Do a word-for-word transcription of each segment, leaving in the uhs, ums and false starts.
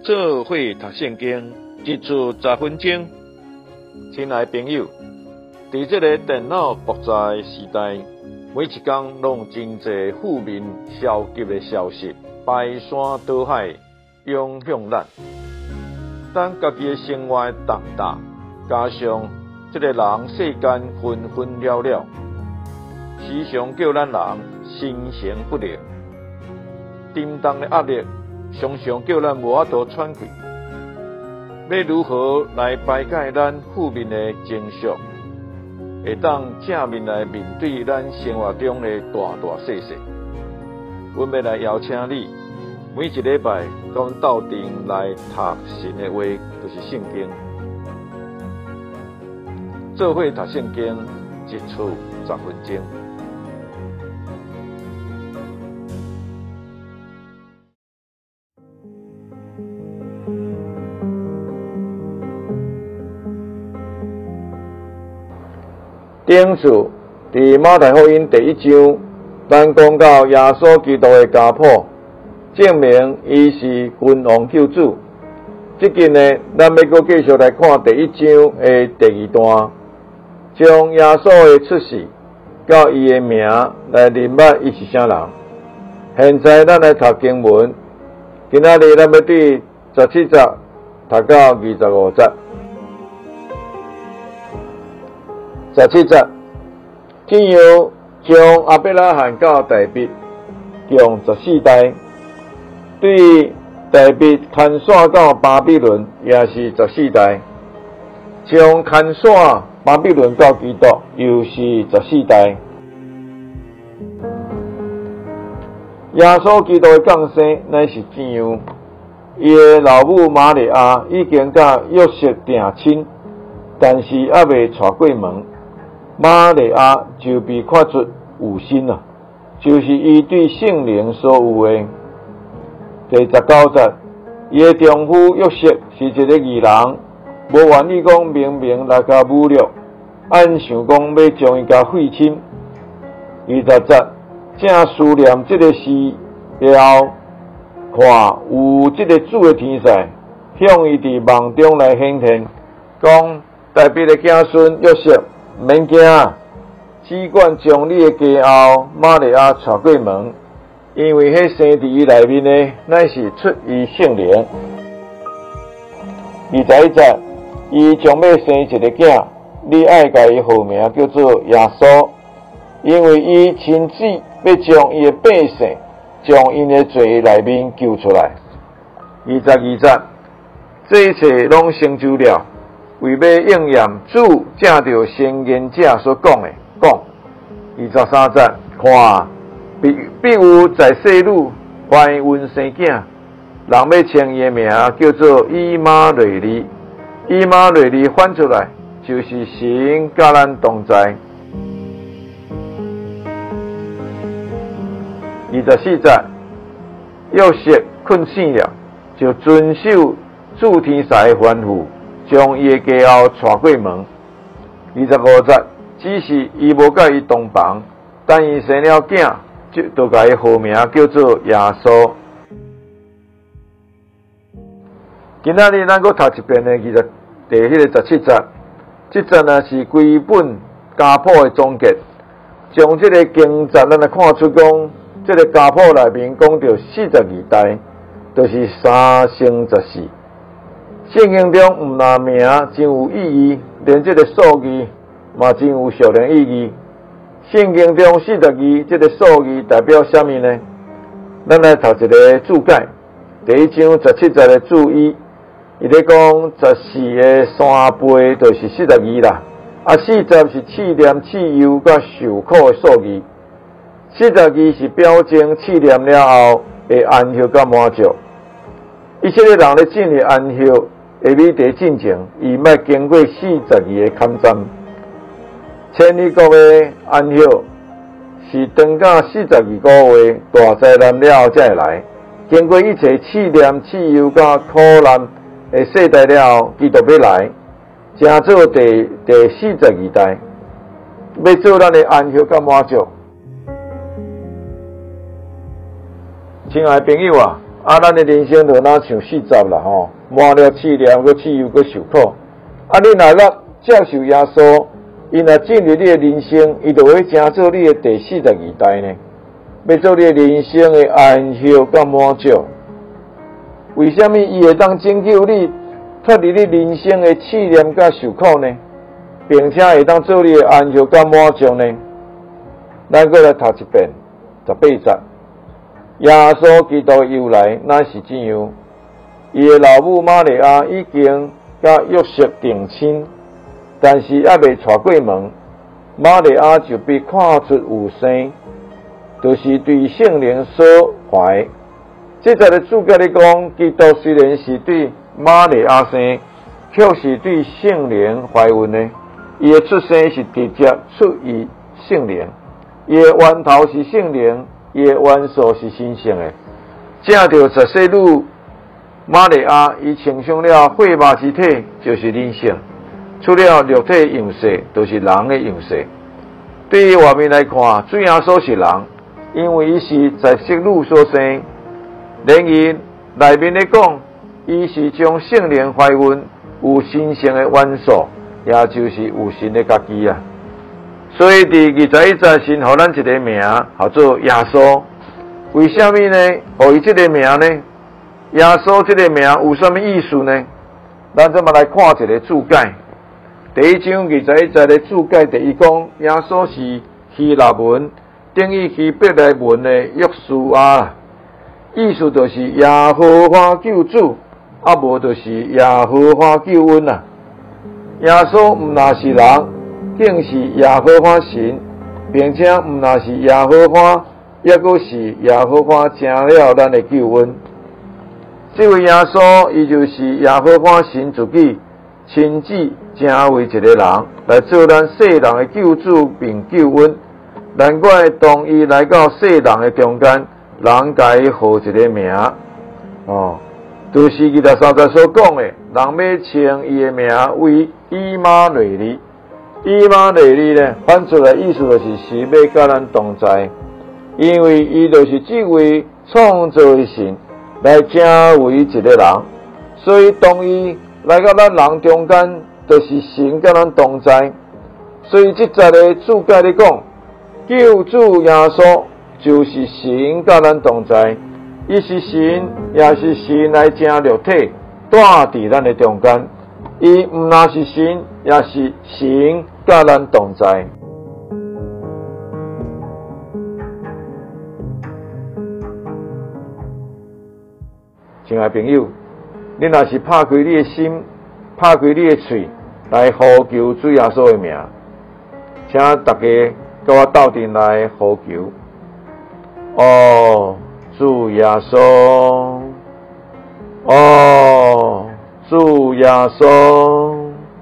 做伙读圣经，一次十分钟。亲爱的朋友，在这个电脑复杂的时代，每一天拢真侪负面消极的消息排山倒海涌向咱。咱家己的生活重大，加上这个人世间纷纷扰扰，时常叫咱人心神不宁。沉重的压力常常叫咱无法度喘气。要如何来排解咱负面的情绪，会当正面来面对咱生活中的大大小小？阮要来邀请你，每一礼拜跟阮斗阵来读神的话，就是圣经。做伙读圣经，一次十分钟。顶次伫马太福音第一章，咱讲到耶稣基督的家谱，证明伊是君王救主。即阵呢，咱要阁继续来看第一章的第二段，将耶稣的出世到伊的名来认捌伊是啥人。现在咱来读经文，今仔日咱要对十七节读到二十五节。十七节，天佑将亚伯拉罕到大卫，共十四代；对大卫牵线到巴比伦，也是十四代；将牵线巴比伦到基督，又是十四代。耶稣基督的降生乃是怎样？伊的老母玛利亚已经甲约瑟定亲，但是还未娶过门。玛利亚就被看出有心了，就是伊对圣灵所有的。第十九节，伊的丈夫约瑟是一个义人，无愿意讲明明来甲侮辱，按想讲要将伊甲废亲。二十节，正思念这个事了，看有这个主的天使向伊伫梦中来显现，讲大卫的子孙约瑟。免惊，只管将你的家后玛利亚娶过门，因为迄生伫伊内面的乃是出于圣灵。二十一节，伊将要生一个囝，你爱甲伊号名叫做耶稣，因为伊亲自要将伊的百姓从因的罪内面救出来。二十二节，这一切拢成就了。为要应验主正着先言者所讲的，讲二十三节，看必必有在世女怀孕生囝，人要称伊的名叫做以马内利。以马内利翻出来就是神甲咱同在。二十四节，约瑟困醒了，就遵守主天使的吩咐。将伊的家后娶过门。二十五节，只是伊无甲伊同房，等伊生了囝，就就甲伊号名叫做耶稣。今仔日咱阁读一遍的二十第迄个十七节，这节呢是规本家谱的总结，从这个经节咱来看出讲，这个家谱内面讲到四十二代，就是三生十四。圣经中毋但名真有意义，连这个数字嘛真有属灵意义。圣经中四十二这个数字代表什么呢？咱来读一个注解。第一章十七节的注意，伊咧讲十四个三倍就是四十二啦。啊，四十是试炼、试忧甲受苦的数字。四十二是表征试炼了后会安息甲满足。以色列人咧进入安息。下米地进前，伊莫经过四十二个坎站。千里国的安息是长到四十二个月大灾难了后才会来，经过一切试炼、试忧甲苦难的世代了后，基督要来，成做第第四十二代，要做咱的安息甲满足。亲爱的朋友啊， 啊，咱的人生就哪像四十啦吼，满了试炼，搁试忧，搁受苦。啊，你若捌接受耶稣，伊若进入你的人生，伊就会成做你的第四十二代呢，要做你的人生的安息甲满足。为什么伊会当拯救你，脱离你人生的试炼甲受苦呢？并且会当做你的安息甲满足呢？咱搁来读一遍十八节。耶稣基督由来乃是怎样？伊的老母玛利亚已经甲约瑟定亲，但是还未娶过门，玛利亚就被看出有生，就是对圣灵所怀。这在的主教咧讲，基督虽然是对玛利亚生，却是对圣灵怀孕的。伊的出生是直接出于圣灵，伊的源头是圣灵。伊的元素是神圣的，正着十四女玛利亚，伊穿上了血肉之体，就是人性；出了肉体样式，就是人的样式。对于外面来看，主耶稣是人，因为伊是在色女所生；然而内面来讲，伊是将圣灵怀孕，有神圣的元素，也就是有神的家己啊。所以第二十一节，神予咱一个名，叫做耶稣。为什么呢？予伊这个名呢？耶稣这个名有什么意思呢？咱这么来看一个注解。第一章二十一节的注解，第一讲耶稣是希腊文，等于希伯来文的约书亚，意思就是耶和华救主，啊无就是耶和华救恩啊。耶稣毋那是人。竟是耶和华神，并且毋那是耶和华，也阁是耶和华成了咱的救恩。这位耶稣，伊就是耶和华神自己亲自成为一个人，来做咱世人的救主并救恩。难怪当伊来到世人的中间，人甲伊号一个名，哦，就是伊在三节所讲的，人要称伊的名为以马内利。以马内利呢，翻出来意思就是是要甲咱同在，因为伊就是这位创造的神来成为一个人，所以当伊来到咱人中间，就是神甲咱同在。所以这节的注解咧讲，救主耶稣就是神甲咱同在，伊是神，也是神来成肉体，住伫咱的中间。伊毋那是神，也是神甲咱同在。亲爱朋友，你若是拍开你的心，拍开你的嘴，来呼求主耶稣的名，请大家跟我斗阵来呼求。哦，主耶稣，哦。主耶稣，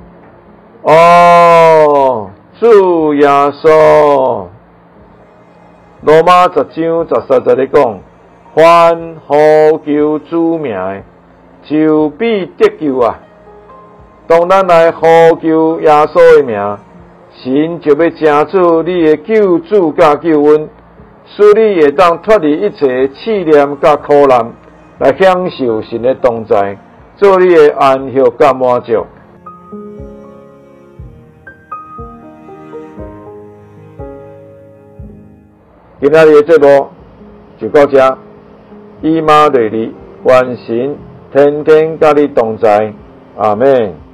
哦，主耶稣。罗马十章十三节咧讲，凡呼求主名的，就必得救啊！当咱来呼求耶稣的名，神就要成就你的救主甲救恩，使你会当脱离一切试炼甲苦难，来享受神的同在。做你的安息甲满足。今仔日的节目就到这，以马内利，愿神天天甲你同在，阿们。